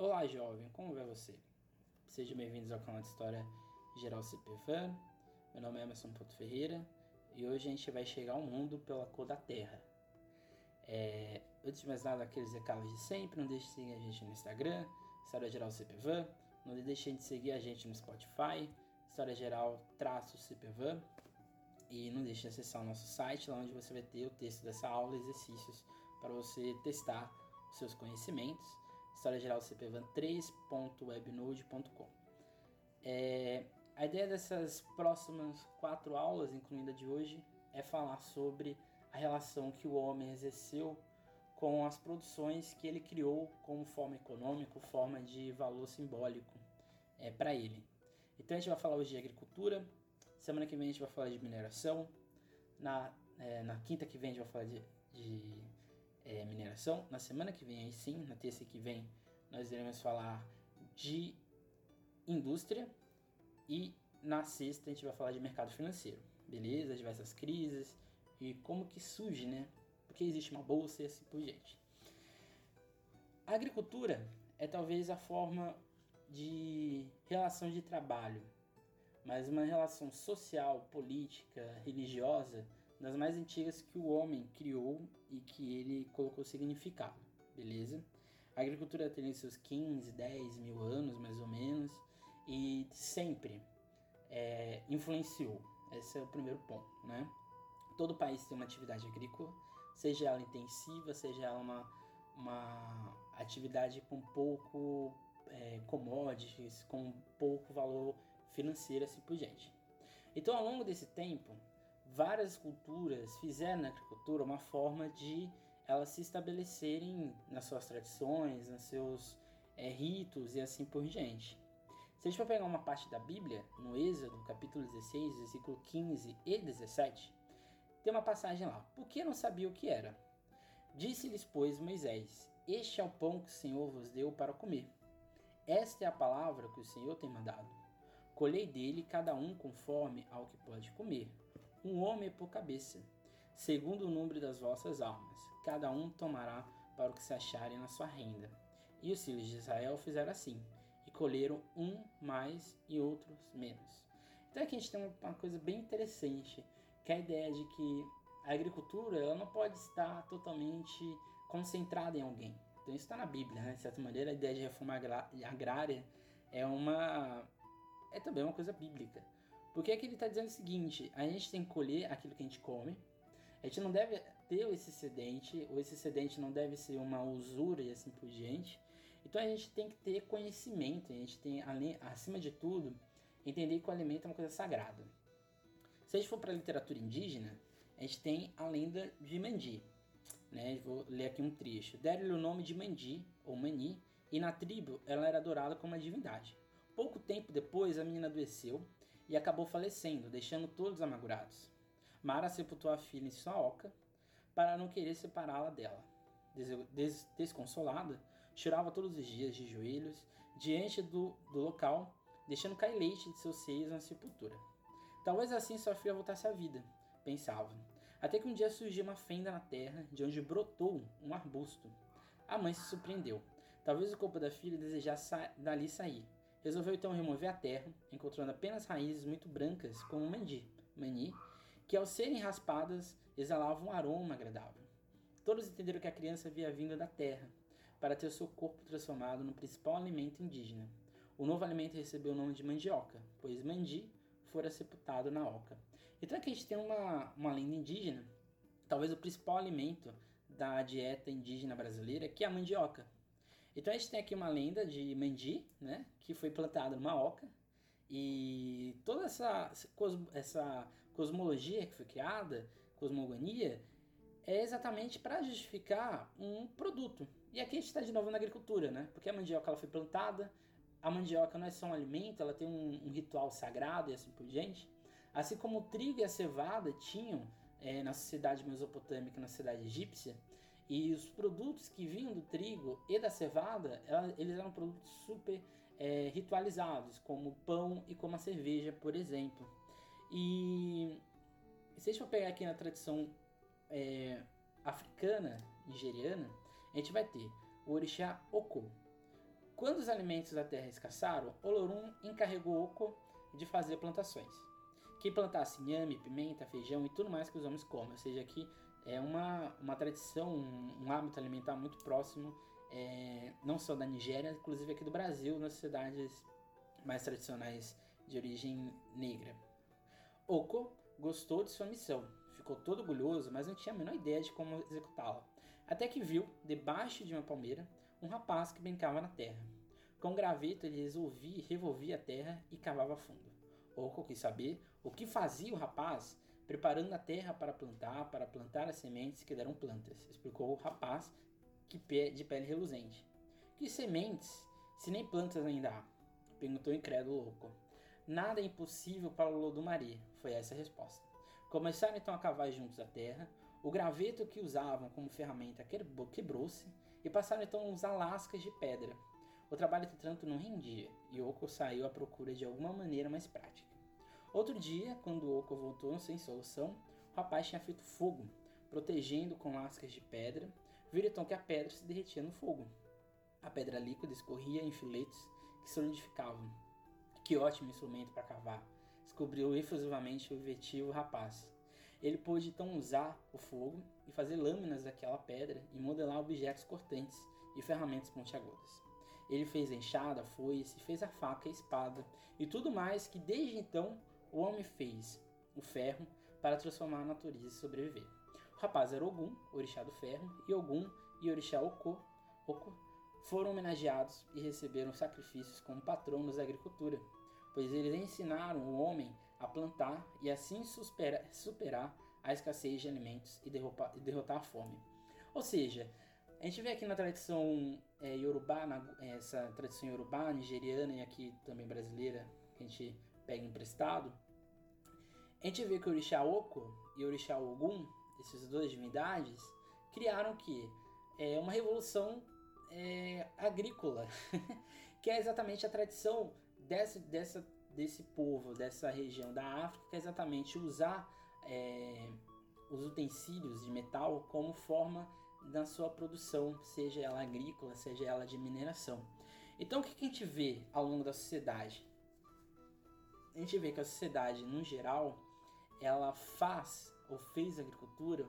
Olá, jovem, como vai você? Sejam bem-vindos ao canal de História Geral CPFAN. Meu nome é Emerson Porto Ferreira e hoje a gente vai chegar ao mundo pela cor da terra. Antes de mais nada, aqueles recados de sempre, não deixe de seguir a gente no Instagram, História Geral CPFAN, não deixe de seguir a gente no Spotify, História Geral-CPFAN, e não deixe de acessar o nosso site, lá onde você vai ter o texto dessa aula e exercícios para você testar os seus conhecimentos. História Geral CPFAN 3.webnode.com. A ideia dessas próximas 4 aulas, incluindo a de hoje, é falar sobre a relação que o homem exerceu com as produções que ele criou como forma econômica, forma de valor simbólico para ele. Então a gente vai falar hoje de agricultura, semana que vem a gente vai falar de mineração, na quinta que vem a gente vai falar de mineração, na semana que vem aí sim, na terça que vem nós iremos falar de indústria e na sexta a gente vai falar de mercado financeiro, beleza? Diversas crises e como que surge, né? Porque existe uma bolsa e assim por diante. A agricultura é talvez a forma de relação de trabalho, mas uma relação social, política, religiosa, das mais antigas que o homem criou e que ele colocou significado, beleza? A agricultura tem seus 15, 10 mil anos, mais ou menos, e sempre influenciou. Esse é o primeiro ponto, né? Todo país tem uma atividade agrícola, seja ela intensiva, seja ela uma atividade com pouco commodities, com pouco valor financeiro, assim por diante. Então, ao longo desse tempo, várias culturas fizeram na agricultura uma forma de elas se estabelecerem nas suas tradições, nos seus ritos e assim por diante. Se a gente for pegar uma parte da Bíblia, no Êxodo, capítulo 16, versículo 15 e 17, tem uma passagem lá. Porque não sabia o que era? Disse-lhes, pois, Moisés: Este é o pão que o Senhor vos deu para comer. Esta é a palavra que o Senhor tem mandado. Colhei dele cada um conforme ao que pode comer. Um homem por cabeça, segundo o número das vossas almas. Cada um tomará para o que se acharem na sua renda. E os filhos de Israel fizeram assim, e colheram um mais e outros menos. Então aqui a gente tem uma coisa bem interessante, que é a ideia de que a agricultura ela não pode estar totalmente concentrada em alguém. Então isso está na Bíblia, né? De certa maneira, a ideia de reforma agrária é também uma coisa bíblica. Porque aqui ele está dizendo o seguinte: a gente tem que colher aquilo que a gente come, a gente não deve ter esse excedente, ou esse excedente não deve ser uma usura e assim por diante. Então a gente tem que ter conhecimento, a gente tem, acima de tudo, entender que o alimento é uma coisa sagrada. Se a gente for para a literatura indígena, a gente tem a lenda de Mandi. Né? Vou ler aqui um trecho. Deram-lhe o nome de Mandi, ou Mani, e na tribo ela era adorada como uma divindade. Pouco tempo depois, a menina adoeceu e acabou falecendo, deixando todos amargurados. Mara sepultou a filha em sua oca para não querer separá-la dela. Desconsolada, chorava todos os dias de joelhos diante do local, deixando cair leite de seus seios na sepultura. Talvez assim sua filha voltasse à vida, pensava. Até que um dia surgiu uma fenda na terra, de onde brotou um arbusto. A mãe se surpreendeu. Talvez o corpo da filha desejasse dali sair. Resolveu então remover a terra, encontrando apenas raízes muito brancas como o mani, que ao serem raspadas exalavam um aroma agradável. Todos entenderam que a criança havia vindo da terra, para ter o seu corpo transformado no principal alimento indígena. O novo alimento recebeu o nome de mandioca, pois Mandi fora sepultado na oca. Então aqui a gente tem uma lenda indígena, talvez o principal alimento da dieta indígena brasileira, que é a mandioca. Então a gente tem aqui uma lenda de Mandi, né, que foi plantada numa oca, e toda essa cosmologia que foi criada, cosmogonia, é exatamente para justificar um produto. E aqui a gente está de novo na agricultura, né? Porque a mandioca ela foi plantada, a mandioca não é só um alimento, ela tem um ritual sagrado e assim por diante. Assim como o trigo e a cevada tinham na sociedade mesopotâmica, na sociedade egípcia, e os produtos que vinham do trigo e da cevada, eles eram produtos super ritualizados, como o pão e como a cerveja, por exemplo. E se a gente for pegar aqui na tradição africana, nigeriana, a gente vai ter o orixá Oko. Quando os alimentos da terra escassaram, Olorum encarregou Oco de fazer plantações, que plantasse inhame, pimenta, feijão e tudo mais que os homens comem. Ou seja, aqui é uma tradição, um hábito alimentar muito próximo, não só da Nigéria, inclusive aqui do Brasil, nas sociedades mais tradicionais de origem negra. Oko gostou de sua missão, ficou todo orgulhoso, mas não tinha a menor ideia de como executá-la. Até que viu, debaixo de uma palmeira, um rapaz que brincava na terra. Com um graveto ele revolvia a terra e cavava fundo. Oko quis saber o que fazia o rapaz, preparando a terra para plantar as sementes que deram plantas, explicou o rapaz de pele reluzente. Que sementes, se nem plantas ainda há? Perguntou incrédulo Oko. Nada é impossível para o Olodumare, foi essa a resposta. Começaram então a cavar juntos a terra, o graveto que usavam como ferramenta quebrou-se e passaram então a usar lascas de pedra. O trabalho, entretanto, não rendia e Oko saiu à procura de alguma maneira mais prática. Outro dia, quando Oko voltou sem solução, o rapaz tinha feito fogo, protegendo com lascas de pedra. Viram então que a pedra se derretia no fogo. A pedra líquida escorria em filetes que solidificavam. Que ótimo instrumento para cavar, descobriu efusivamente o inventivo rapaz. Ele pôde então usar o fogo e fazer lâminas daquela pedra e modelar objetos cortantes e ferramentas pontiagudas. Ele fez a enxada, a foice, fez a faca, a espada e tudo mais que desde então o homem fez, o ferro, para transformar a natureza e sobreviver. O rapaz era Ogum, orixá do ferro, e Ogum e orixá Oko foram homenageados e receberam sacrifícios como patronos da agricultura, pois eles ensinaram o homem a plantar e assim superar a escassez de alimentos e derrotar a fome. Ou seja, a gente vê aqui na tradição Yorubá, essa tradição Yorubá, nigeriana e aqui também brasileira, que a gente pega emprestado, a gente vê que o orixá Oko e o orixá Ogum, essas duas divindades, criaram que uma revolução agrícola, que é exatamente a tradição desse povo, dessa região da África, que é exatamente usar os utensílios de metal como forma da sua produção, seja ela agrícola, seja ela de mineração. Então o que a gente vê ao longo da sociedade? A gente vê que a sociedade, no geral, ela fez agricultura,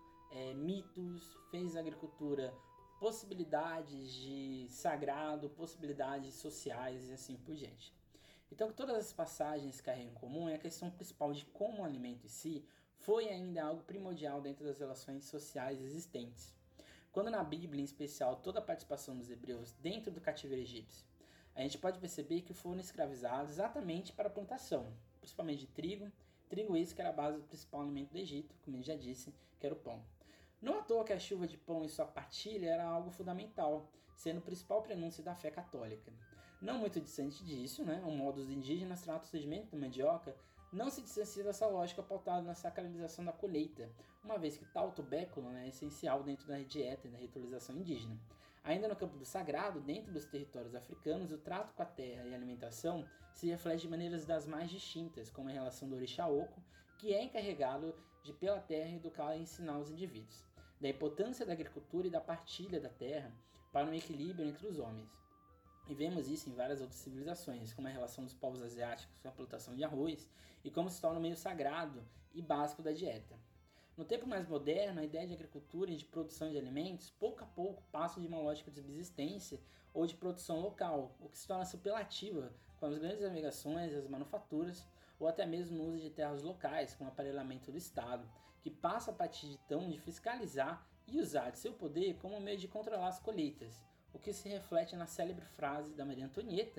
mitos, fez agricultura possibilidades de sagrado, possibilidades sociais e assim por diante. Então, todas as passagens carregam em comum é a questão principal de como o alimento em si foi ainda algo primordial dentro das relações sociais existentes. Quando na Bíblia, em especial, toda a participação dos hebreus dentro do cativeiro egípcio, a gente pode perceber que foram escravizados exatamente para a plantação, principalmente de trigo esse que era a base do principal alimento do Egito, como eu já disse, que era o pão. Não à toa que a chuva de pão e sua partilha era algo fundamental, sendo o principal prenúncio da fé católica. Não muito distante disso, o modo dos indígenas tratam o surgimento da mandioca não se distancia dessa lógica pautada na sacralização da colheita, uma vez que tal tubérculo é essencial dentro da dieta e da ritualização indígena. Ainda no campo do sagrado, dentro dos territórios africanos, o trato com a terra e a alimentação se reflete de maneiras das mais distintas, como a relação do orixá Oko, que é encarregado de pela terra educar e ensinar os indivíduos, da importância da agricultura e da partilha da terra para um equilíbrio entre os homens. E vemos isso em várias outras civilizações, como a relação dos povos asiáticos com a plantação de arroz e como se torna um meio sagrado e básico da dieta. No tempo mais moderno, a ideia de agricultura e de produção de alimentos, pouco a pouco, passa de uma lógica de subsistência ou de produção local, o que se torna superativa com as grandes navegações, as manufaturas, ou até mesmo o uso de terras locais, com o aparelhamento do Estado, que passa a partir então de fiscalizar e usar de seu poder como meio de controlar as colheitas, o que se reflete na célebre frase da Maria Antonieta,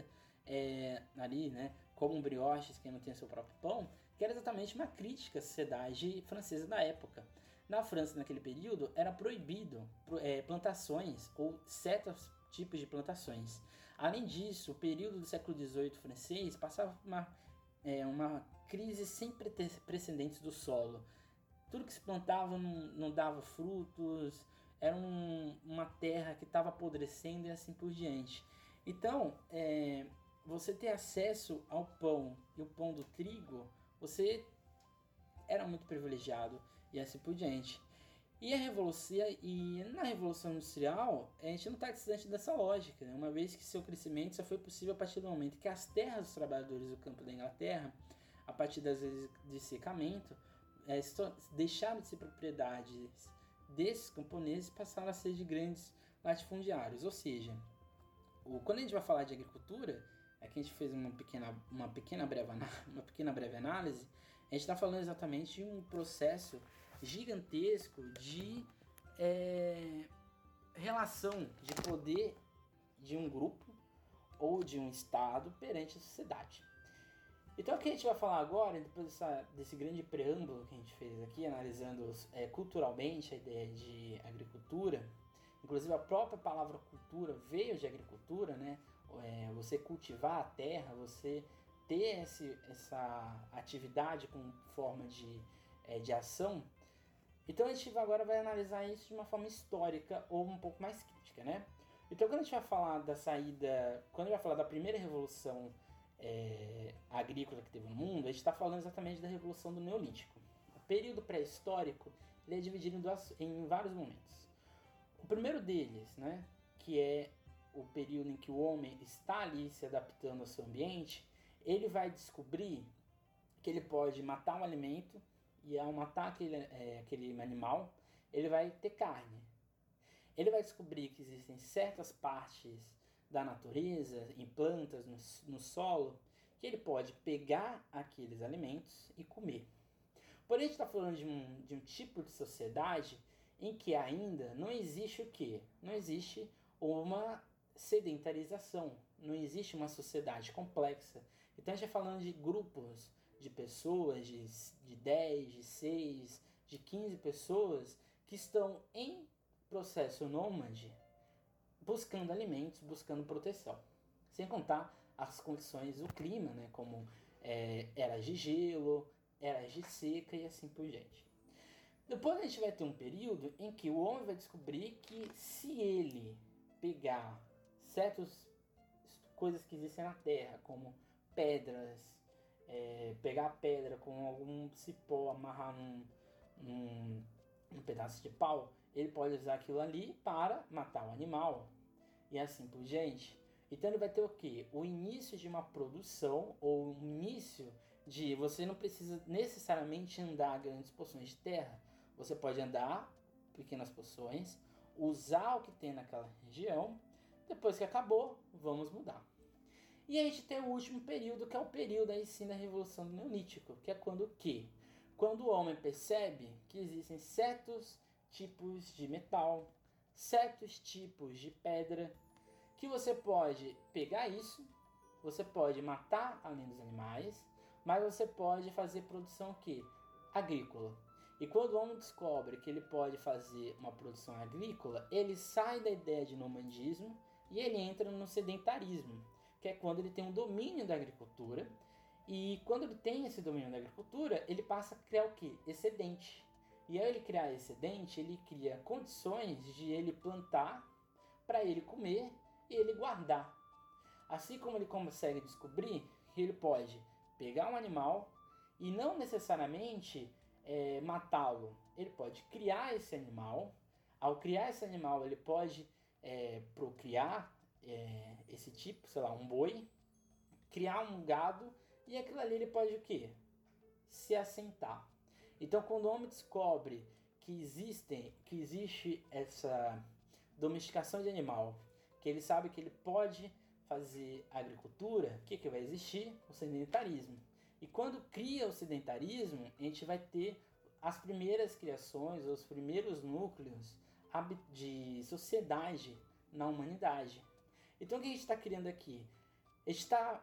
como um brioches quem não tem seu próprio pão, que era exatamente uma crítica à sociedade francesa da época. Na França, naquele período, era proibido plantações ou certos tipos de plantações. Além disso, o período do século XVIII francês passava uma crise sem precedentes do solo. Tudo que se plantava não dava frutos, era uma terra que estava apodrecendo e assim por diante. Então, você ter acesso ao pão e o pão do trigo, você era muito privilegiado e assim por diante. E na Revolução Industrial, a gente não está distante dessa lógica, né? Uma vez que seu crescimento só foi possível a partir do momento que as terras dos trabalhadores do campo da Inglaterra, a partir das vezes de secamento, deixaram de ser propriedades desses camponeses e passaram a ser de grandes latifundiários. Ou seja, quando a gente vai falar de agricultura, aqui a gente fez uma pequena breve análise, a gente está falando exatamente de um processo gigantesco de relação de poder de um grupo ou de um estado perante a sociedade. Então o que a gente vai falar agora, depois desse grande preâmbulo que a gente fez aqui, analisando culturalmente a ideia de agricultura, inclusive a própria palavra cultura veio de agricultura, né? Você cultivar a terra, você ter essa atividade como forma de ação. Então a gente agora vai analisar isso de uma forma histórica ou um pouco mais crítica, né? Então quando a gente vai falar quando a gente vai falar da primeira revolução agrícola que teve no mundo, a gente está falando exatamente da revolução do Neolítico. O período pré-histórico ele é dividido em vários momentos. O primeiro deles, né, que é o período em que o homem está ali se adaptando ao seu ambiente, ele vai descobrir que ele pode matar um alimento e ao matar aquele animal, ele vai ter carne. Ele vai descobrir que existem certas partes da natureza, em plantas, no solo, que ele pode pegar aqueles alimentos e comer. Porém, a gente está falando de um tipo de sociedade em que ainda não existe o quê? Não existe uma sedentarização, não existe uma sociedade complexa. Então a gente está falando de grupos de pessoas, de 10, de 6, de 15 pessoas que estão em processo nômade, buscando alimentos, buscando proteção. Sem contar as condições do clima, né, como eras de gelo, eras de seca e assim por diante. Depois a gente vai ter um período em que o homem vai descobrir que se ele pegar certas coisas que existem na Terra, como pedras, pegar a pedra com algum cipó, amarrar num pedaço de pau, ele pode usar aquilo ali para matar o animal e assim por diante. Então ele vai ter o quê? O início de uma produção ou o início de você não precisa necessariamente andar grandes porções de terra. Você pode andar pequenas porções, usar o que tem naquela região. Depois que acabou, vamos mudar. E a gente tem o último período, que é o período aí sim da Revolução do Neolítico, que é quando o homem percebe que existem certos tipos de metal, certos tipos de pedra, que você pode pegar isso, você pode matar além dos animais, mas você pode fazer produção o quê? Agrícola. E quando o homem descobre que ele pode fazer uma produção agrícola, ele sai da ideia de nomadismo e ele entra no sedentarismo, que é quando ele tem um domínio da agricultura. E quando ele tem esse domínio da agricultura, ele passa a criar o quê? Excedente. E ao ele criar excedente, ele cria condições de ele plantar para ele comer e ele guardar. Assim como ele consegue descobrir que ele pode pegar um animal e não necessariamente matá-lo. Ele pode criar esse animal. Ao criar esse animal, ele pode procriar esse tipo, sei lá, um boi, criar um gado e aquilo ali ele pode o quê? Se assentar. Então, quando o homem descobre que existe essa domesticação de animal, que ele sabe que ele pode fazer agricultura, o que vai existir? O sedentarismo. E quando cria o sedentarismo, a gente vai ter as primeiras criações, os primeiros núcleos de sociedade na humanidade. Então o que a gente está criando aqui? A gente está,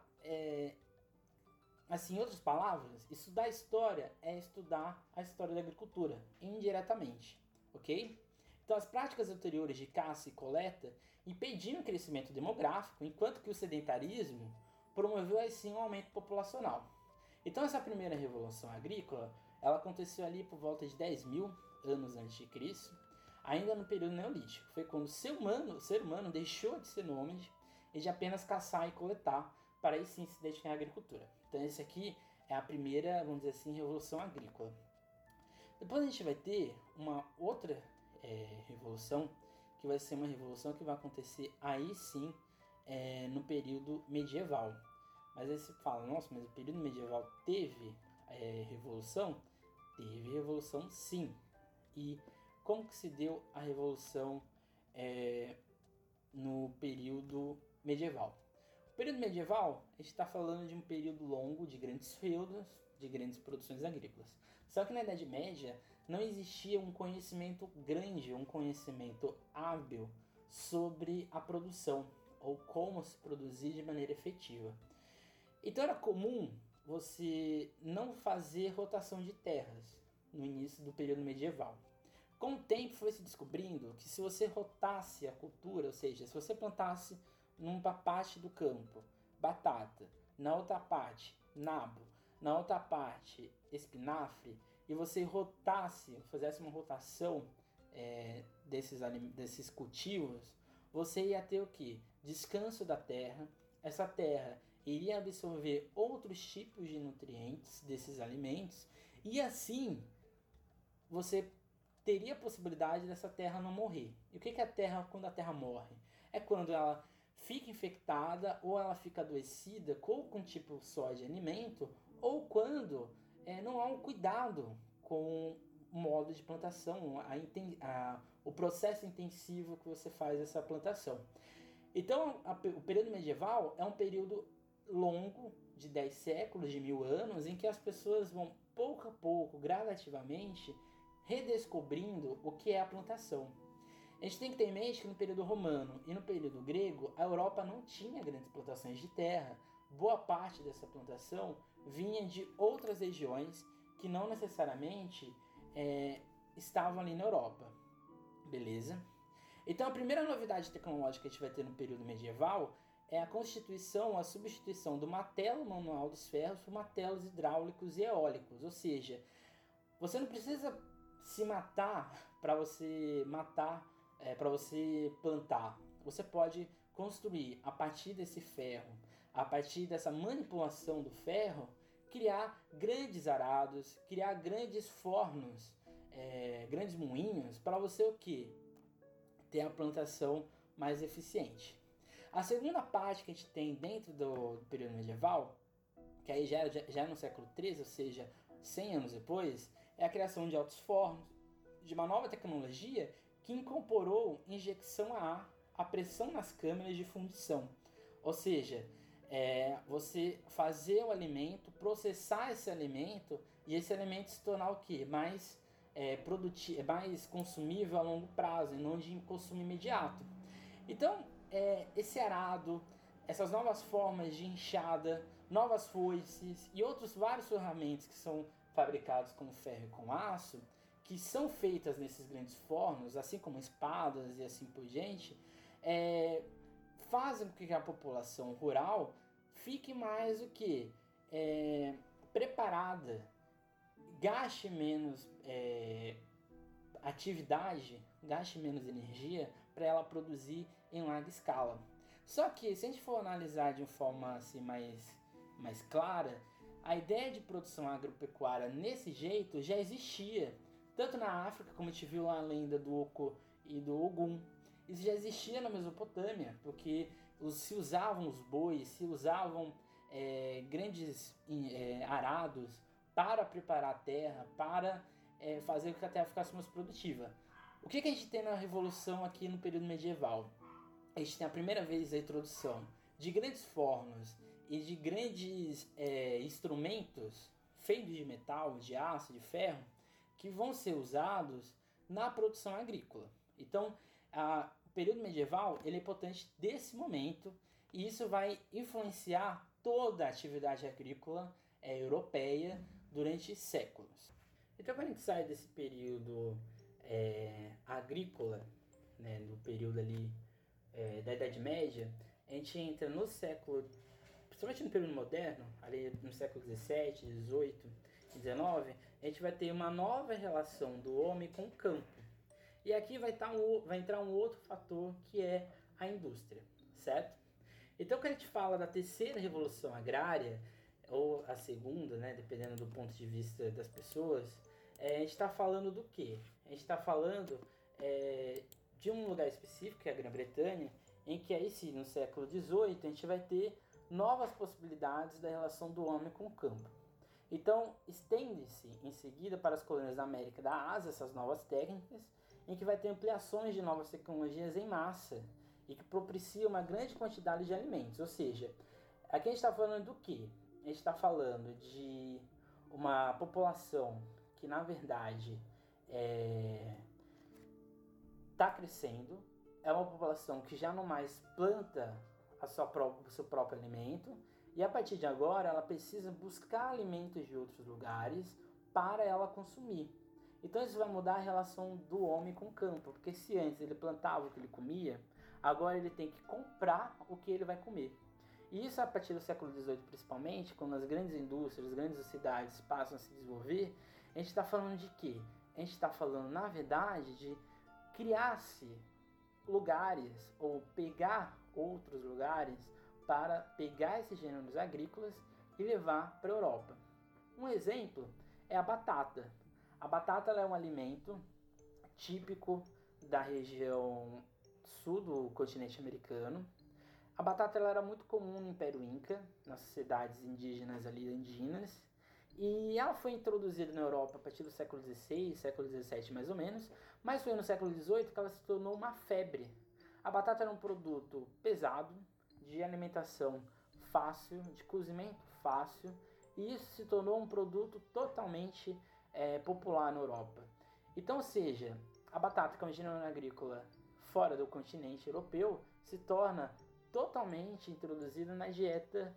assim, em outras palavras, estudar história é estudar a história da agricultura, indiretamente, ok? Então as práticas anteriores de caça e coleta impediam o crescimento demográfico, enquanto que o sedentarismo promoveu assim um aumento populacional. Então essa primeira revolução agrícola, ela aconteceu ali por volta de 10.000 anos antes de Cristo, ainda no período neolítico. Foi quando o ser humano deixou de ser nômade e de apenas caçar e coletar, para aí sim se dedicar à agricultura. Então esse aqui é a primeira, vamos dizer assim, revolução agrícola. Depois a gente vai ter uma outra revolução, que vai ser uma revolução que vai acontecer aí sim no período medieval. Mas aí você fala, nossa, mas o período medieval teve revolução? Teve revolução sim. E como que se deu a revolução no período medieval? O período medieval, a gente está falando de um período longo de grandes feudos, de grandes produções agrícolas. Só que na Idade Média não existia um conhecimento grande, um conhecimento hábil sobre a produção ou como se produzir de maneira efetiva. Então era comum você não fazer rotação de terras no início do período medieval. Com o tempo foi se descobrindo que se você rotasse a cultura, ou seja, se você plantasse numa parte do campo batata, na outra parte nabo, na outra parte espinafre, e você fizesse uma rotação desses cultivos, você ia ter o que? Descanso da terra. Essa terra iria absorver outros tipos de nutrientes desses alimentos e assim você teria a possibilidade dessa terra não morrer. E o que é a terra quando a terra morre? É quando ela fica infectada ou ela fica adoecida com um tipo só de alimento, ou quando não há um cuidado com o modo de plantação, o processo intensivo que você faz essa plantação. Então, o período medieval é um período longo, de 10 séculos, de 1000 anos, em que as pessoas vão pouco a pouco, gradativamente, redescobrindo o que é a plantação. A gente tem que ter em mente que no período romano e no período grego, a Europa não tinha grandes plantações de terra. Boa parte dessa plantação vinha de outras regiões que não necessariamente estavam ali na Europa. Beleza? Então a primeira novidade tecnológica que a gente vai ter no período medieval é a substituição do martelo manual dos ferros por martelos hidráulicos e eólicos. Ou seja, você não precisa se matar para você plantar. Você pode construir a partir desse ferro, a partir dessa manipulação do ferro, criar grandes arados, criar grandes fornos, grandes moinhos para você o quê? Ter a plantação mais eficiente. A segunda parte que a gente tem dentro do período medieval, que aí já é no século XIII, ou seja, 100 anos depois, é a criação de altos fornos, de uma nova tecnologia que incorporou injecção a ar, a pressão nas câmeras de fundição. Ou seja, você fazer o alimento, processar esse alimento e esse alimento se tornar o quê? Mais mais consumível a longo prazo e não de consumo imediato. Então, esse arado, essas novas formas de enxada, novas foices e outros vários ferramentas que são fabricados com ferro e com aço, que são feitas nesses grandes fornos, assim como espadas e assim por diante, fazem com que a população rural fique mais o que? Preparada, gaste menos atividade, gaste menos energia para ela produzir em larga escala. Só que se a gente for analisar de uma forma assim mais clara, a ideia de produção agropecuária nesse jeito já existia, tanto na África, como a gente viu a lenda do Oco e do Ogum. Isso já existia na Mesopotâmia, porque se usavam os bois, se usavam grandes arados para preparar a terra, para fazer com que a terra ficasse mais produtiva. O que a gente tem na Revolução aqui no período medieval? A gente tem a primeira vez a introdução de grandes fornos e de grandes instrumentos feitos de metal, de aço, de ferro, que vão ser usados na produção agrícola. Então, o período medieval ele é importante desse momento e isso vai influenciar toda a atividade agrícola europeia durante séculos. Então, quando a gente sai desse período agrícola, né, do período ali da Idade Média, a gente entra no século, principalmente no período moderno, ali no século XVII, XVIII, XIX, a gente vai ter uma nova relação do homem com o campo. E aqui vai entrar um outro fator que é a indústria, certo? Então, quando a gente fala da terceira revolução agrária, ou a segunda, né, dependendo do ponto de vista das pessoas, A gente está falando do quê? A gente está falando de um lugar específico, que é a Grã-Bretanha, em que aí sim, no século XVIII, a gente vai ter novas possibilidades da relação do homem com o campo. Então, estende-se em seguida para as colônias da América e da Ásia essas novas técnicas, em que vai ter ampliações de novas tecnologias em massa e que propicia uma grande quantidade de alimentos. Ou seja, aqui a gente está falando do quê? A gente está falando de uma população que, na verdade, está crescendo, é uma população que já não mais planta o seu próprio alimento, e a partir de agora ela precisa buscar alimentos de outros lugares para ela consumir. Então isso vai mudar a relação do homem com o campo, porque se antes ele plantava o que ele comia, agora ele tem que comprar o que ele vai comer. E isso a partir do século XVIII principalmente, quando as grandes indústrias, as grandes cidades passam a se desenvolver, a gente está falando de quê? A gente está falando, na verdade, de criar-se lugares ou pegar outros lugares para pegar esses gêneros agrícolas e levar para a Europa. Um exemplo é a batata. A batata é um alimento típico da região sul do continente americano. A batata ela era muito comum no Império Inca, nas sociedades indígenas ali andinas, e ela foi introduzida na Europa a partir do século XVI, século XVII mais ou menos, mas foi no século XVIII que ela se tornou uma febre. A batata era um produto pesado, de alimentação fácil, de cozimento fácil, e isso se tornou um produto totalmente popular na Europa. Então, ou seja, a batata, que é um gênero agrícola fora do continente europeu, se torna totalmente introduzida na dieta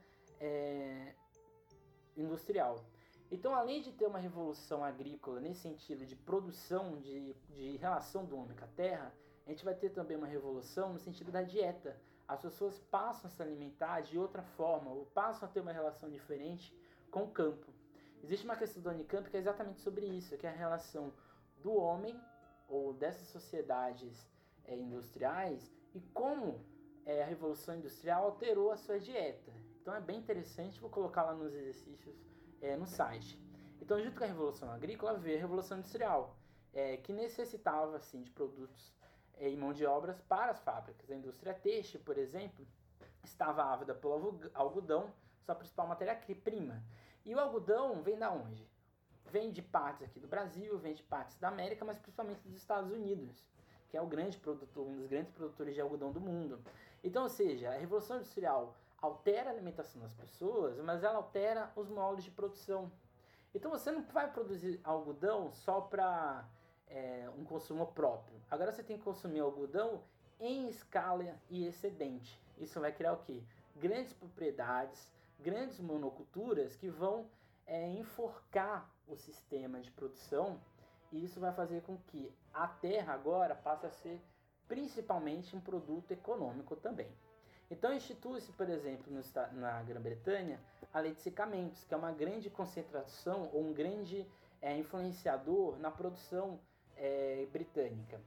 industrial. Então, além de ter uma revolução agrícola nesse sentido de produção, de relação do homem com a terra, a gente vai ter também uma revolução no sentido da dieta. As pessoas passam a se alimentar de outra forma, ou passam a ter uma relação diferente com o campo. Existe uma questão do Unicamp que é exatamente sobre isso, que é a relação do homem, ou dessas sociedades industriais, e como a Revolução Industrial alterou a sua dieta. Então é bem interessante, vou colocar lá nos exercícios no site. Então, junto com a Revolução Agrícola, veio a Revolução Industrial, que necessitava assim, de produtos e mão de obras para as fábricas. A indústria têxtil, por exemplo, estava ávida pelo algodão, sua principal matéria-prima. E o algodão vem da onde? Vem de partes aqui do Brasil, vem de partes da América, mas principalmente dos Estados Unidos, que é o grande produtor, um dos grandes produtores de algodão do mundo. Então, ou seja, a Revolução Industrial altera a alimentação das pessoas, mas ela altera os moldes de produção. Então você não vai produzir algodão só para um consumo próprio. Agora você tem que consumir algodão em escala e excedente. Isso vai criar o quê? Grandes propriedades, grandes monoculturas que vão enforcar o sistema de produção, e isso vai fazer com que a terra agora passe a ser principalmente um produto econômico também. Então institui-se, por exemplo, na Grã-Bretanha, a lei de secamentos, que é uma grande concentração ou um grande influenciador na produção britânica.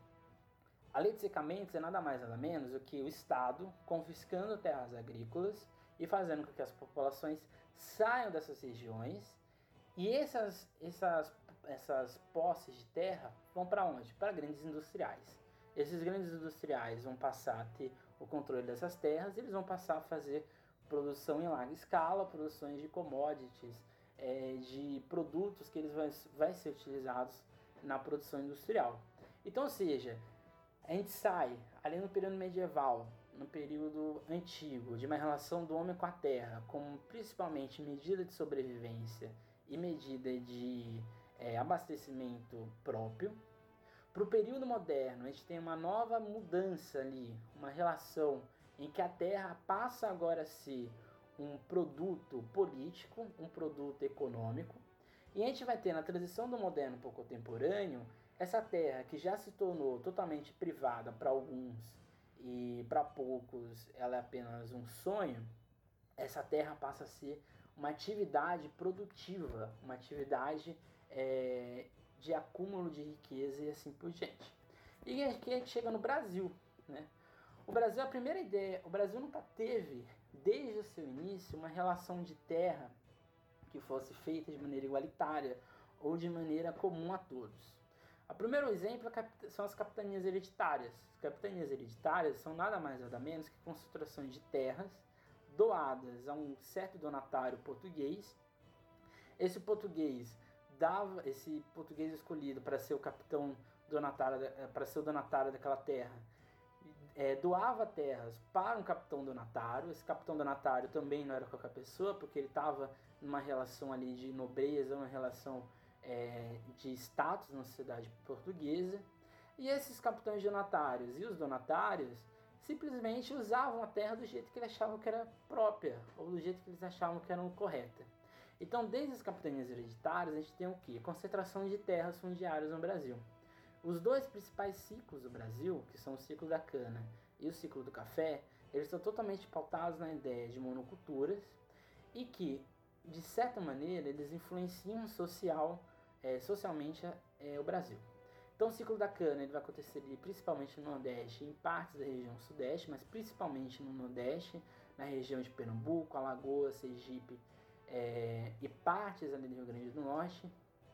A lei de secamentos é nada mais nada menos do que o Estado confiscando terras agrícolas e fazendo com que as populações saiam dessas regiões, e essas posses de terra vão para onde? Para grandes industriais. Esses grandes industriais vão passar a ter o controle dessas terras e eles vão passar a fazer produção em larga escala, produções de commodities, de produtos que eles vai ser utilizados na produção industrial. Então, ou seja, a gente sai ali no período medieval, no período antigo, de uma relação do homem com a terra, como principalmente medida de sobrevivência e medida de abastecimento próprio. Para o período moderno, a gente tem uma nova mudança ali, uma relação em que a terra passa agora a ser um produto político, um produto econômico, e a gente vai ter na transição do moderno para o contemporâneo essa terra que já se tornou totalmente privada para alguns e para poucos ela é apenas um sonho. Essa terra passa a ser uma atividade produtiva, uma atividade de acúmulo de riqueza e assim por diante. E aqui a gente chega no Brasil, né? O Brasil, a primeira ideia, o Brasil nunca teve, desde o seu início, uma relação de terra que fosse feita de maneira igualitária, ou de maneira comum a todos. O primeiro exemplo são as capitanias hereditárias. As capitanias hereditárias são nada mais nada menos que concentrações de terras doadas a um certo donatário português. Esse português escolhido para ser o capitão donatário, para ser o donatário daquela terra, doava terras para um capitão donatário. Esse capitão donatário também não era qualquer pessoa, porque ele estava numa relação ali de nobreza, uma relação de status na sociedade portuguesa. E esses capitães donatários e os donatários simplesmente usavam a terra do jeito que eles achavam que era própria, ou do jeito que eles achavam que era correta. Então, desde as capitanias hereditárias, a gente tem o quê? Concentração de terras fundiárias no Brasil. Os dois principais ciclos do Brasil, que são o ciclo da cana e o ciclo do café, eles estão totalmente pautados na ideia de monoculturas e que, de certa maneira, eles influenciam socialmente o Brasil. Então, o ciclo da cana ele vai acontecer principalmente no Nordeste e em partes da região Sudeste, mas principalmente no Nordeste, na região de Pernambuco, Alagoas, Sergipe e partes ali do Rio Grande do Norte.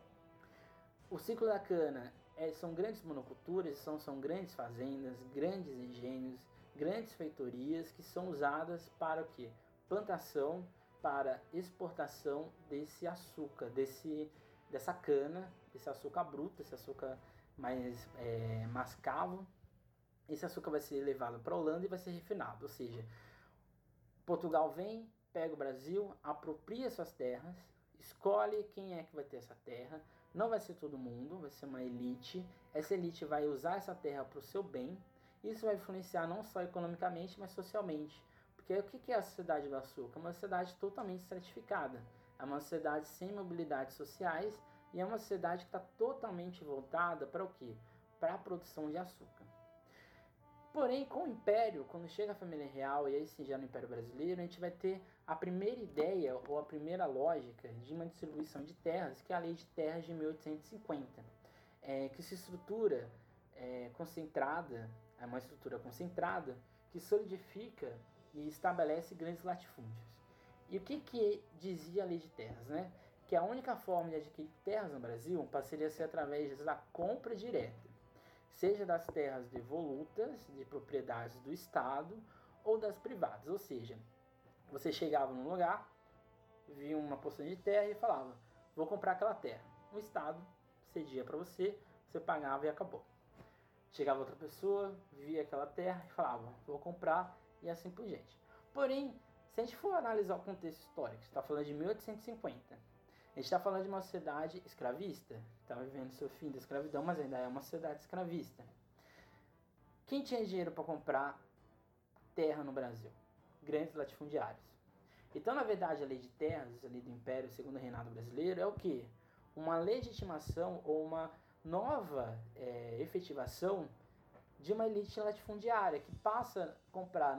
O ciclo da cana são grandes monoculturas, são grandes fazendas, grandes engenhos, grandes feitorias que são usadas para o quê? Plantação, para exportação desse açúcar, dessa cana, desse açúcar bruto, esse açúcar mais mascavo. Esse açúcar vai ser levado para a Holanda e vai ser refinado, ou seja, Portugal vem, pega o Brasil, apropria suas terras, escolhe quem é que vai ter essa terra. Não vai ser todo mundo, vai ser uma elite. Essa elite vai usar essa terra para o seu bem. Isso vai influenciar não só economicamente, mas socialmente. Porque o que é a sociedade do açúcar? É uma sociedade totalmente estratificada. É uma sociedade sem mobilidades sociais e é uma sociedade que está totalmente voltada para o quê? Para a produção de açúcar. Porém, com o Império, quando chega a família real, e aí sim já no Império Brasileiro, a gente vai ter a primeira ideia ou a primeira lógica de uma distribuição de terras, que é a Lei de Terras de 1850, que se estrutura concentrada, é uma estrutura concentrada que solidifica e estabelece grandes latifúndios. E o que dizia a Lei de Terras, né? Que a única forma de adquirir terras no Brasil passaria a ser através da compra direta, seja das terras devolutas, de propriedades do Estado, ou das privadas. Ou seja, você chegava num lugar, via uma porção de terra e falava, vou comprar aquela terra. O Estado cedia para você, você pagava e acabou. Chegava outra pessoa, via aquela terra e falava, vou comprar, e assim por diante. Porém, se a gente for analisar o contexto histórico, está falando de 1850, a gente está falando de uma sociedade escravista, estava vivendo seu fim da escravidão, mas ainda é uma sociedade escravista. Quem tinha dinheiro para comprar terra no Brasil? Grandes latifundiários. Então, na verdade, a Lei de Terras, ali do Império, segundo o Reinado Brasileiro, é o quê? Uma legitimação ou uma nova efetivação de uma elite latifundiária que passa a comprar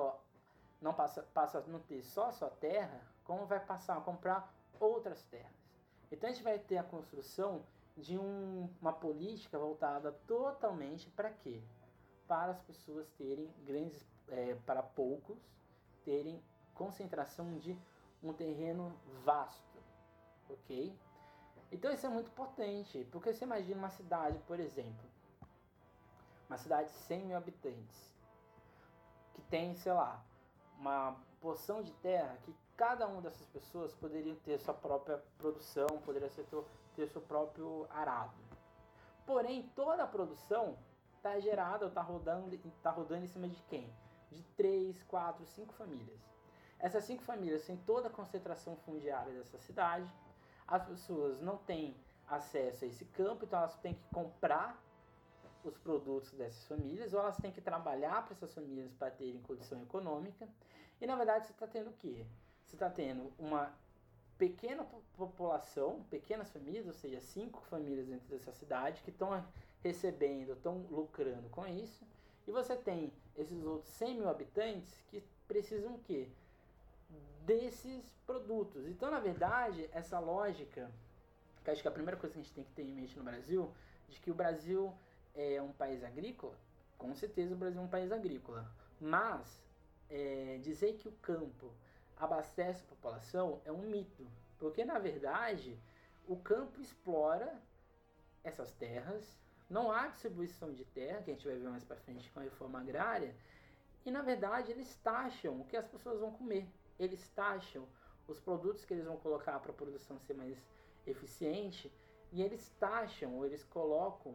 passa a não ter só a sua terra, como vai passar a comprar outras terras. Então a gente vai ter a construção de uma política voltada totalmente para quê? Para as pessoas terem para poucos terem concentração de um terreno vasto, ok? Então isso é muito potente, porque você imagina uma cidade, por exemplo, uma cidade de 100 mil habitantes, que tem, sei lá, uma porção de terra que cada uma dessas pessoas poderia ter sua própria produção, poderia ter seu próprio arado. Porém, toda a produção está gerada, está rodando em cima de quem? De 3, 4, 5 famílias. Essas 5 famílias têm toda a concentração fundiária dessa cidade. As pessoas não têm acesso a esse campo, então elas têm que comprar os produtos dessas famílias, ou elas têm que trabalhar para essas famílias para terem condição econômica. E na verdade você está tendo o quê? Você está tendo uma pequena população, pequenas famílias, ou seja, 5 famílias dentro dessa cidade que estão recebendo, estão lucrando com isso. E você tem esses outros 100 mil habitantes que precisam o quê? Desses produtos. Então, na verdade, essa lógica, que acho que é a primeira coisa que a gente tem que ter em mente no Brasil, de que o Brasil é um país agrícola, com certeza o Brasil é um país agrícola, mas dizer que o campo abastece a população é um mito, porque na verdade o campo explora essas terras, não há distribuição de terra, que a gente vai ver mais para frente com a reforma agrária, e na verdade eles taxam o que as pessoas vão comer, eles taxam os produtos que eles vão colocar para a produção ser mais eficiente, e eles taxam, ou eles colocam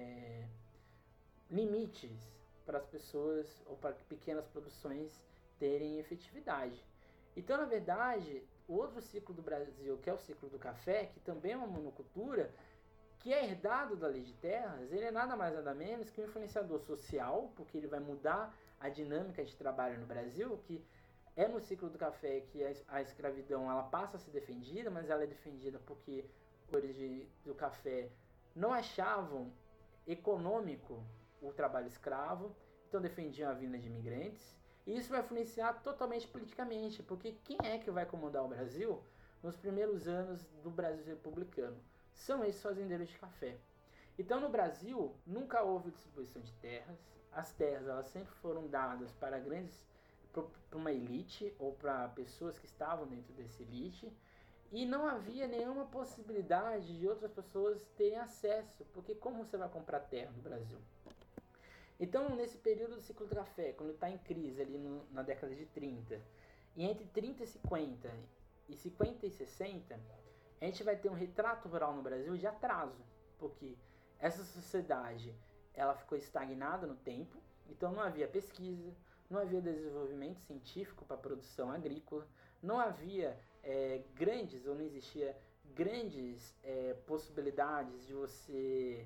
limites para as pessoas ou para pequenas produções terem efetividade. Então, na verdade, o outro ciclo do Brasil, que é o ciclo do café, que também é uma monocultura, que é herdado da lei de terras, ele é nada mais nada menos que um influenciador social, porque ele vai mudar a dinâmica de trabalho no Brasil, que é no ciclo do café que a escravidão ela passa a ser defendida, mas ela é defendida porque os do café não achavam econômico o trabalho escravo, então defendiam a vinda de imigrantes. E isso vai influenciar totalmente politicamente, porque quem é que vai comandar o Brasil nos primeiros anos do Brasil republicano? São esses fazendeiros de café. Então, no Brasil, nunca houve distribuição de terras. As terras elas sempre foram dadas para uma elite ou para pessoas que estavam dentro dessa elite. E não havia nenhuma possibilidade de outras pessoas terem acesso, porque como você vai comprar terra no Brasil? Então, nesse período do ciclo do café, quando está em crise ali na década de 30, e entre 30 e 50, e 50 e 60, a gente vai ter um retrato rural no Brasil de atraso, porque essa sociedade ela ficou estagnada no tempo, então não havia pesquisa, não havia desenvolvimento científico para a produção agrícola, não havia ou não existia grandes possibilidades de você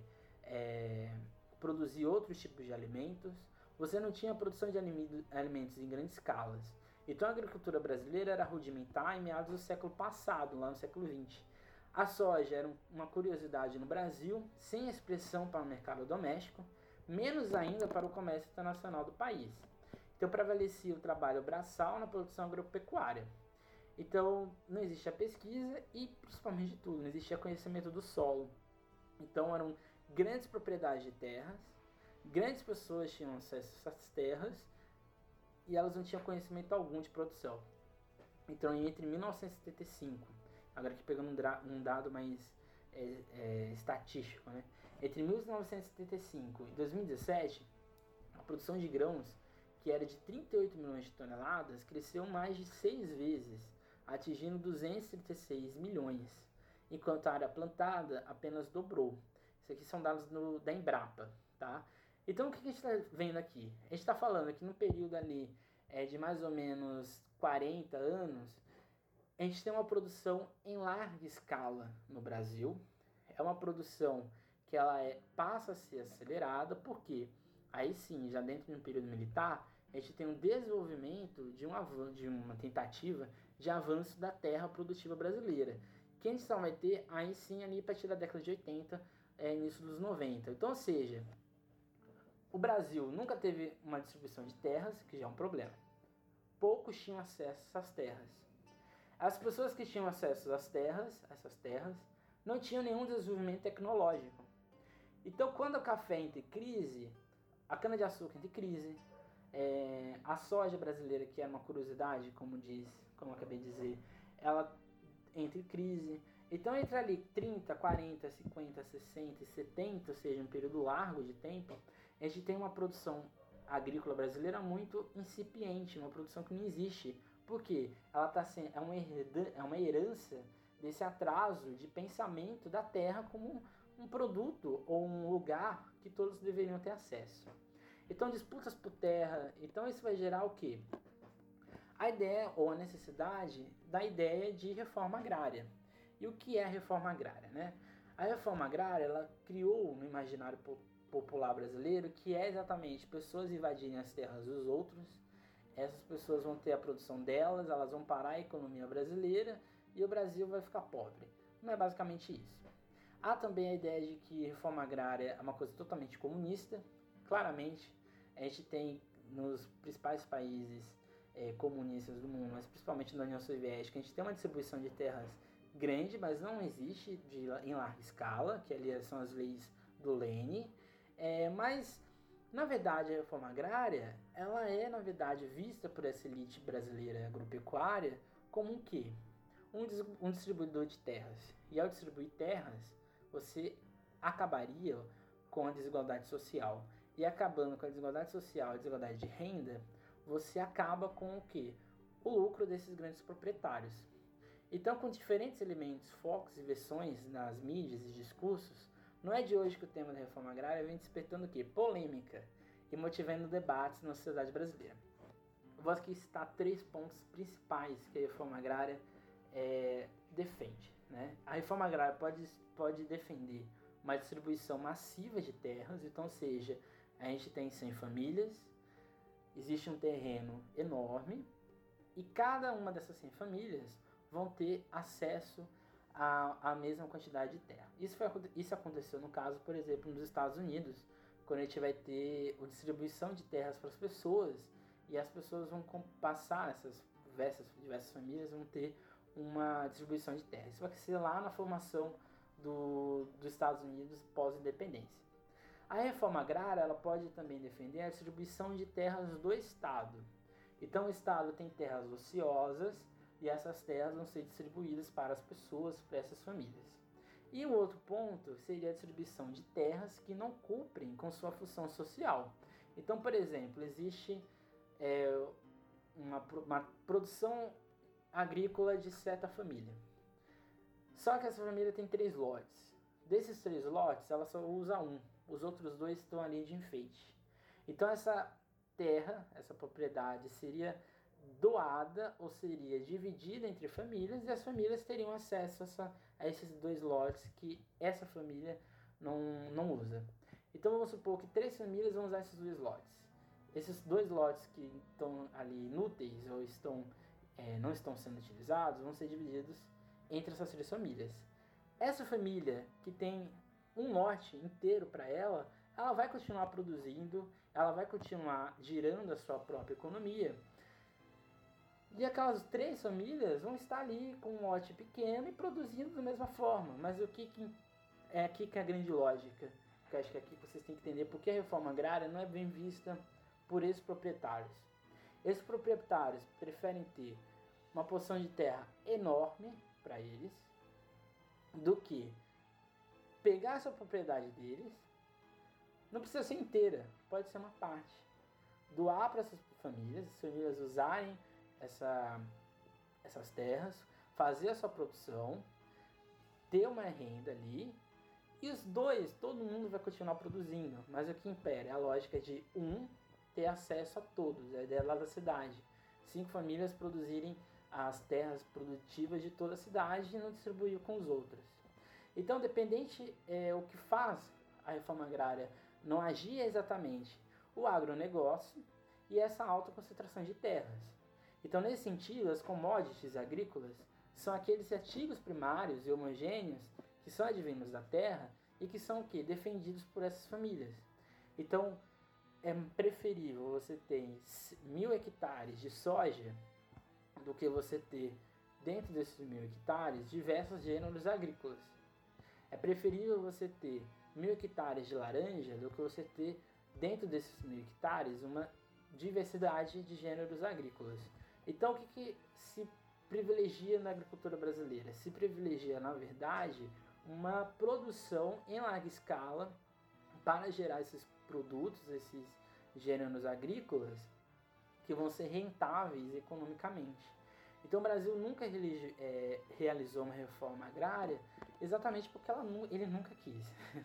produzir outros tipos de alimentos, você não tinha produção de alimentos em grandes escalas. Então a agricultura brasileira era rudimentar em meados do século passado, lá no século XX. A soja era uma curiosidade no Brasil, sem expressão para o mercado doméstico, menos ainda para o comércio internacional do país. Então prevalecia o trabalho braçal na produção agropecuária. Então não existia pesquisa e, principalmente de tudo, não existia conhecimento do solo. Então eram grandes propriedades de terras, grandes pessoas tinham acesso a essas terras e elas não tinham conhecimento algum de produção. Então, entre 1975, agora aqui pegando um dado mais estatístico, né? Entre 1975 e 2017, a produção de grãos, que era de 38 milhões de toneladas, cresceu mais de 6 vezes, atingindo 236 milhões, enquanto a área plantada apenas dobrou. Isso aqui são dados da Embrapa, tá? Então, o que a gente está vendo aqui? A gente está falando que no período ali de mais ou menos 40 anos, a gente tem uma produção em larga escala no Brasil. É uma produção que ela passa a ser acelerada, porque aí sim, já dentro de um período militar, a gente tem um desenvolvimento de uma tentativa de avanço da terra produtiva brasileira, que a gente só vai ter aí sim ali a partir da década de 80, início dos 90. Então, ou seja, o Brasil nunca teve uma distribuição de terras, que já é um problema. Poucos tinham acesso a essas terras. As pessoas que tinham acesso às terras, essas terras, não tinham nenhum desenvolvimento tecnológico. Então, quando o café entra em crise, a cana-de-açúcar entra em crise, a soja brasileira, que é uma curiosidade, como eu acabei de dizer, ela entra em crise. Então, entre ali 30, 40, 50, 60 e 70, ou seja, um período largo de tempo, a gente tem uma produção agrícola brasileira muito incipiente, uma produção que não existe. Por quê? Ela é uma herança desse atraso de pensamento da terra como um produto ou um lugar que todos deveriam ter acesso. Então, disputas por terra. Então, isso vai gerar o quê? A ideia ou a necessidade da ideia de reforma agrária. E o que é a reforma agrária, né? A reforma agrária, ela criou no imaginário popular brasileiro que é exatamente pessoas invadirem as terras dos outros. Essas pessoas vão ter a produção delas, elas vão parar a economia brasileira e o Brasil vai ficar pobre. Não é basicamente isso. Há também a ideia de que reforma agrária é uma coisa totalmente comunista. Claramente, a gente tem nos principais países comunistas do mundo, mas principalmente na União Soviética, a gente tem uma distribuição de terras grande, mas não existe em larga escala, que ali são as leis do Lenin. Mas, na verdade, a reforma agrária, ela é, na verdade, vista por essa elite brasileira agropecuária como um quê? um distribuidor de terras. E ao distribuir terras, você acabaria com a desigualdade social. E acabando com a desigualdade social, a desigualdade de renda, você acaba com o quê? O lucro desses grandes proprietários. Então, com diferentes elementos, focos e versões nas mídias e discursos, não é de hoje que o tema da reforma agrária vem despertando o quê? Polêmica e motivando debates na sociedade brasileira. Vou aqui citar 3 pontos principais que a reforma agrária defende. Né? A reforma agrária pode defender uma distribuição massiva de terras, então, ou seja, a gente tem 100 famílias, existe um terreno enorme e cada uma dessas 100 famílias vão ter acesso à mesma quantidade de terra. Isso aconteceu no caso, por exemplo, nos Estados Unidos, quando a gente vai ter a distribuição de terras para as pessoas e as pessoas vão passar, essas diversas famílias vão ter uma distribuição de terra. Isso vai ser lá na formação dos Estados Unidos pós-independência. A reforma agrária ela pode também defender a distribuição de terras do Estado. Então o Estado tem terras ociosas e essas terras vão ser distribuídas para as pessoas, para essas famílias. E o outro ponto seria a distribuição de terras que não cumprem com sua função social. Então, por exemplo, existe uma produção agrícola de certa família. Só que essa família tem 3 lotes. Desses 3 lotes, ela só usa um. Os outros 2 estão ali de enfeite. Então essa terra, essa propriedade seria doada ou seria dividida entre famílias e as famílias teriam acesso a esses 2 lotes que essa família não usa. Então vamos supor que 3 famílias vão usar esses 2 lotes. Esses 2 lotes que estão ali inúteis ou não estão sendo utilizados vão ser divididos entre essas 3 famílias. Essa família que tem um lote inteiro para ela vai continuar produzindo, ela vai continuar girando a sua própria economia. E aquelas 3 famílias vão estar ali com um lote pequeno e produzindo da mesma forma. Mas o que é aqui que é a grande lógica? Que eu acho que aqui vocês têm que entender porque a reforma agrária não é bem vista por esses proprietários. Esses proprietários preferem ter uma porção de terra enorme para eles do que pegar essa propriedade deles, não precisa ser inteira, pode ser uma parte, doar para essas famílias, as famílias usarem essas terras, fazer a sua produção, ter uma renda ali, e os 2, todo mundo vai continuar produzindo, mas o que impera é a lógica de ter acesso a todos, a ideia lá da cidade, 5 famílias produzirem as terras produtivas de toda a cidade e não distribuir com os outros. Então, dependente o que faz a reforma agrária não agir exatamente o agronegócio e essa alta concentração de terras. Então, nesse sentido, as commodities agrícolas são aqueles artigos primários e homogêneos que são advindos da terra e que são o quê? Defendidos por essas famílias. Então, é preferível você ter 1.000 hectares de soja do que você ter, dentro desses 1.000 hectares, diversos gêneros agrícolas. É preferível você ter 1.000 hectares de laranja do que você ter, dentro desses 1.000 hectares, uma diversidade de gêneros agrícolas. Então, o que se privilegia na agricultura brasileira? Se privilegia, na verdade, uma produção em larga escala para gerar esses produtos, esses gêneros agrícolas, que vão ser rentáveis economicamente. Então o Brasil nunca realizou uma reforma agrária exatamente porque ele nunca quis.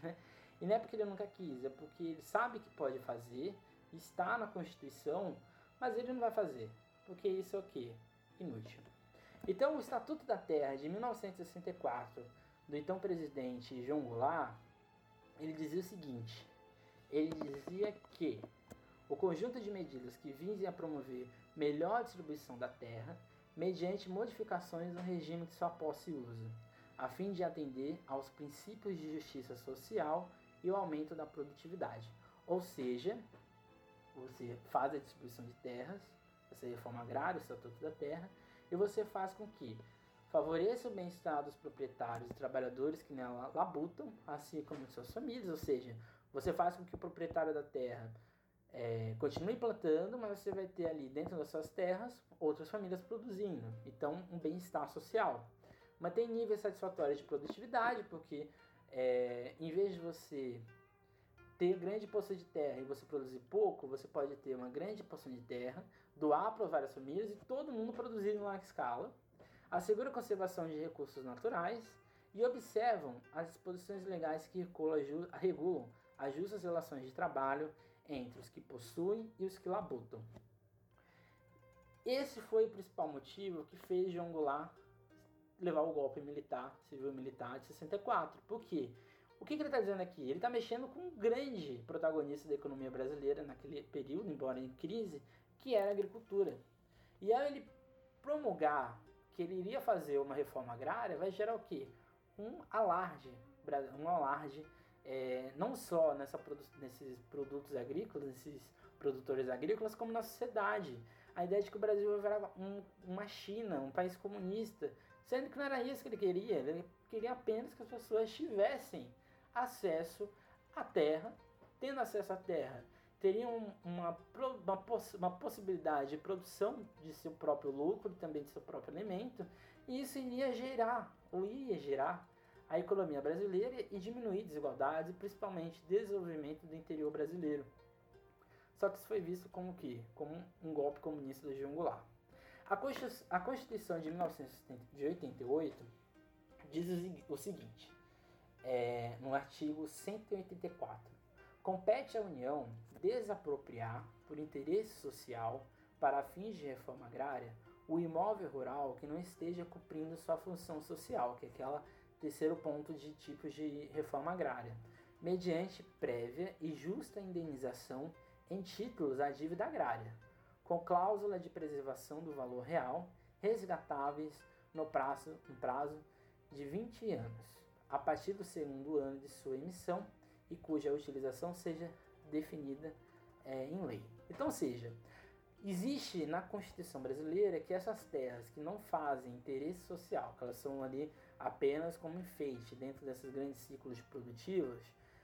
E não é porque ele nunca quis, é porque ele sabe que pode fazer, está na Constituição, mas ele não vai fazer, porque isso é o quê? Inútil. Então o Estatuto da Terra de 1964, do então presidente João Goulart, ele dizia o seguinte, ele dizia que o conjunto de medidas que visem a promover melhor distribuição da terra, mediante modificações no regime de sua posse e uso, a fim de atender aos princípios de justiça social e o aumento da produtividade. Ou seja, você faz a distribuição de terras, essa reforma agrária, o Estatuto da Terra, e você faz com que favoreça o bem-estar dos proprietários e trabalhadores que nela labutam, assim como de suas famílias, ou seja, você faz com que o proprietário da terra continue plantando, mas você vai ter ali dentro das suas terras outras famílias produzindo. Então, um bem-estar social. mantém níveis satisfatórios de produtividade, porque em vez de você ter grande poça de terra e você produzir pouco, você pode ter uma grande porção de terra, doar para várias famílias e todo mundo produzir em larga escala. Assegura a conservação de recursos naturais e observam as disposições legais que regulam as justas relações de trabalho entre os que possuem e os que labutam. Esse foi o principal motivo que fez João Goulart levar o golpe militar, civil-militar de 64. Por quê? O que ele está dizendo aqui? Ele está mexendo com um grande protagonista da economia brasileira naquele período, embora em crise, que era a agricultura. E ao ele promulgar que ele iria fazer uma reforma agrária, vai gerar o quê? Um alarde não só nesses produtos agrícolas, nesses produtores agrícolas, como na sociedade. A ideia de que o Brasil vai virar uma China, um país comunista, sendo que não era isso que ele queria apenas que as pessoas tivessem acesso à terra. Tendo acesso à terra, teriam uma possibilidade de produção de seu próprio lucro, também de seu próprio alimento, e isso iria gerar a economia brasileira e diminuir desigualdades e principalmente desenvolvimento do interior brasileiro. Só que isso foi visto como o quê? Como um golpe comunista do João Goulart. A Constituição de 1988 diz o seguinte, no artigo 184, compete à União desapropriar, por interesse social, para fins de reforma agrária, o imóvel rural que não esteja cumprindo sua função social, que é aquela terceiro ponto de tipos de reforma agrária, mediante prévia e justa indenização em títulos à dívida agrária, com cláusula de preservação do valor real, resgatáveis no prazo de 20 anos, a partir do segundo ano de sua emissão e cuja utilização seja definida em lei. Então, ou seja, existe na Constituição brasileira que essas terras que não fazem interesse social, que elas são ali apenas como enfeite dentro desses grandes ciclos produtivos,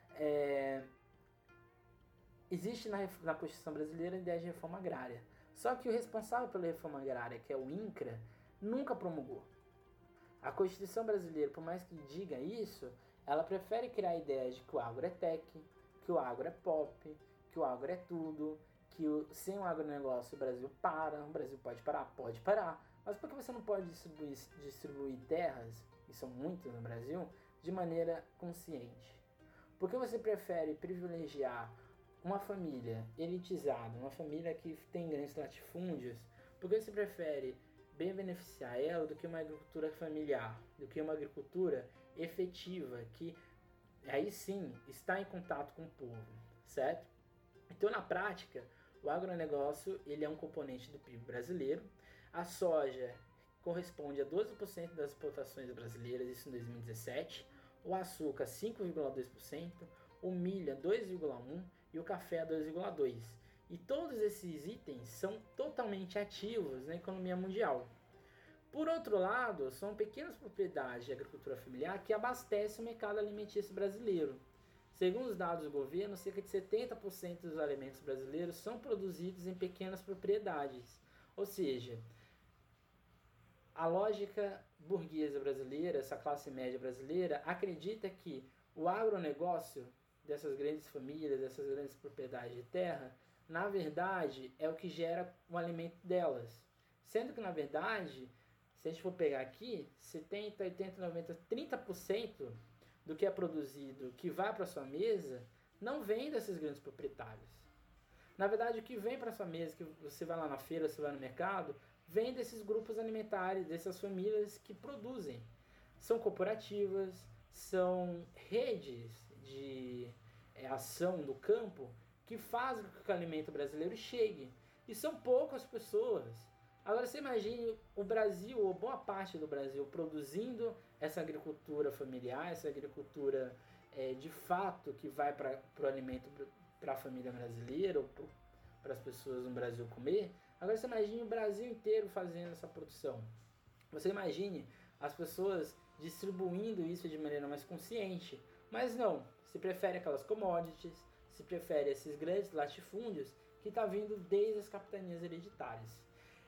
existe na Constituição brasileira a ideia de reforma agrária. Só que o responsável pela reforma agrária, que é o INCRA, nunca promulgou. A Constituição brasileira, por mais que diga isso, ela prefere criar a ideia de que o agro é tech, que o agro é pop, que o agro é tudo, que sem o agronegócio o Brasil pode parar? Pode parar. Mas por que você não pode distribuir terras, e são muitas no Brasil, de maneira consciente? Por que você prefere privilegiar uma família elitizada, uma família que tem grandes latifúndios? Por que você prefere bem beneficiar ela do que uma agricultura familiar, do que uma agricultura efetiva, que aí sim está em contato com o povo, certo? Então, na prática, o agronegócio ele é um componente do PIB brasileiro. A soja corresponde a 12% das exportações brasileiras, isso em 2017. O açúcar, 5,2%. O milho, 2,1%. E o café, 2,2%. E todos esses itens são totalmente ativos na economia mundial. Por outro lado, são pequenas propriedades de agricultura familiar que abastecem o mercado alimentício brasileiro. Segundo os dados do governo, cerca de 70% dos alimentos brasileiros são produzidos em pequenas propriedades. Ou seja, a lógica burguesa brasileira, essa classe média brasileira, acredita que o agronegócio dessas grandes famílias, dessas grandes propriedades de terra, na verdade, é o que gera o alimento delas. Sendo que, na verdade, se a gente for pegar aqui, 70, 80, 90, 30% do que é produzido, que vai para sua mesa, não vem desses grandes proprietários. Na verdade, o que vem para sua mesa, que você vai lá na feira, você vai no mercado, vem desses grupos alimentares, dessas famílias que produzem. São cooperativas, são redes de ação do campo que fazem com que o alimento brasileiro chegue. E são poucas pessoas. Agora você imagine o Brasil, ou boa parte do Brasil, produzindo essa agricultura familiar, essa agricultura de fato que vai para o alimento para a família brasileira, ou para as pessoas no Brasil comer. Agora você imagine o Brasil inteiro fazendo essa produção. Você imagine as pessoas distribuindo isso de maneira mais consciente. Mas não, se prefere aquelas commodities, se prefere esses grandes latifúndios que está vindo desde as capitanias hereditárias.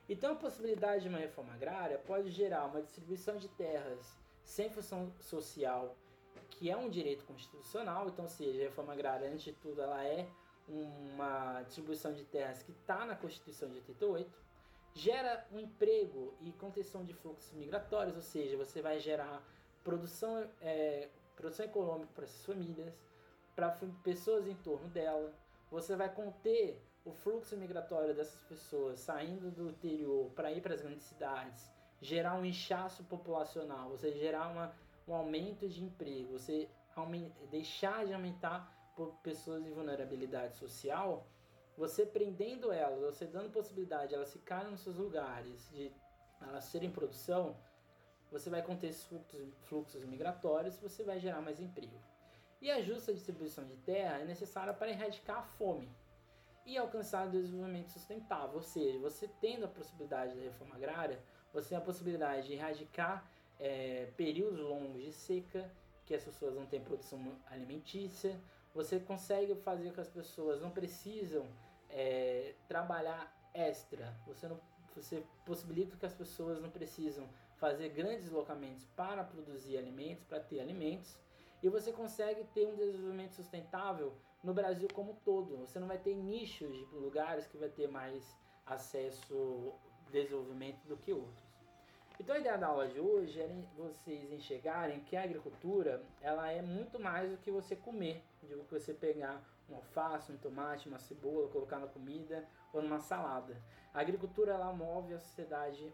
Então a possibilidade de uma reforma agrária pode gerar uma distribuição de terras sem função social, que é um direito constitucional. Então, ou seja, a reforma agrária, antes de tudo, ela é uma distribuição de terras que está na Constituição de 88, gera um emprego e contenção de fluxos migratórios, ou seja, você vai gerar produção econômica para essas famílias, para pessoas em torno dela, você vai conter o fluxo migratório dessas pessoas saindo do interior para ir para as grandes cidades, gerar um inchaço populacional, você gerar um aumento de emprego, você deixar de aumentar por pessoas em vulnerabilidade social, você prendendo elas, você dando possibilidade de elas ficarem nos seus lugares, de elas serem produção, você vai conter esses fluxos migratórios, você vai gerar mais emprego. E a justa distribuição de terra é necessária para erradicar a fome e alcançar o desenvolvimento sustentável, ou seja, você tendo a possibilidade da reforma agrária, você tem a possibilidade de erradicar períodos longos de seca, que as pessoas não têm produção alimentícia, você consegue fazer com que as pessoas não precisam trabalhar extra, você possibilita que as pessoas não precisam fazer grandes deslocamentos para produzir alimentos, para ter alimentos, e você consegue ter um desenvolvimento sustentável no Brasil como um todo. Você não vai ter nichos de lugares que vai ter mais acesso, desenvolvimento do que outros. Então a ideia da aula de hoje é vocês enxergarem que a agricultura ela é muito mais do que você comer, do que você pegar um alface, um tomate, uma cebola, colocar na comida ou numa salada. A agricultura ela move a sociedade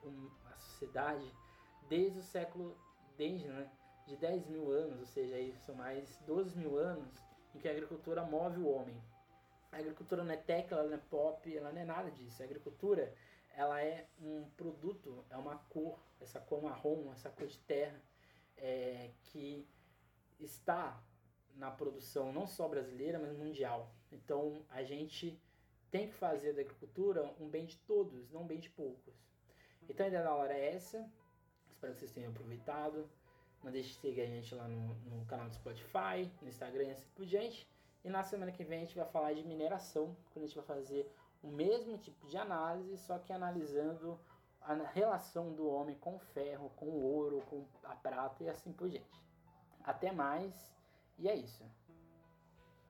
desde o século, de 10 mil anos, ou seja, aí são mais 12 mil anos em que a agricultura move o homem. A agricultura não é tecla, ela não é pop, ela não é nada disso. A agricultura ela é um produto, é uma cor, essa cor marrom, essa cor de terra, que está na produção não só brasileira, mas mundial. Então a gente tem que fazer da agricultura um bem de todos, não um bem de poucos. Então a ideia da aula é essa, espero que vocês tenham aproveitado. Não deixe de seguir a gente lá no canal do Spotify, no Instagram e assim por diante. E na semana que vem a gente vai falar de mineração, quando a gente vai fazer o mesmo tipo de análise, só que analisando a relação do homem com o ferro, com o ouro, com a prata e assim por diante. Até mais, e é isso.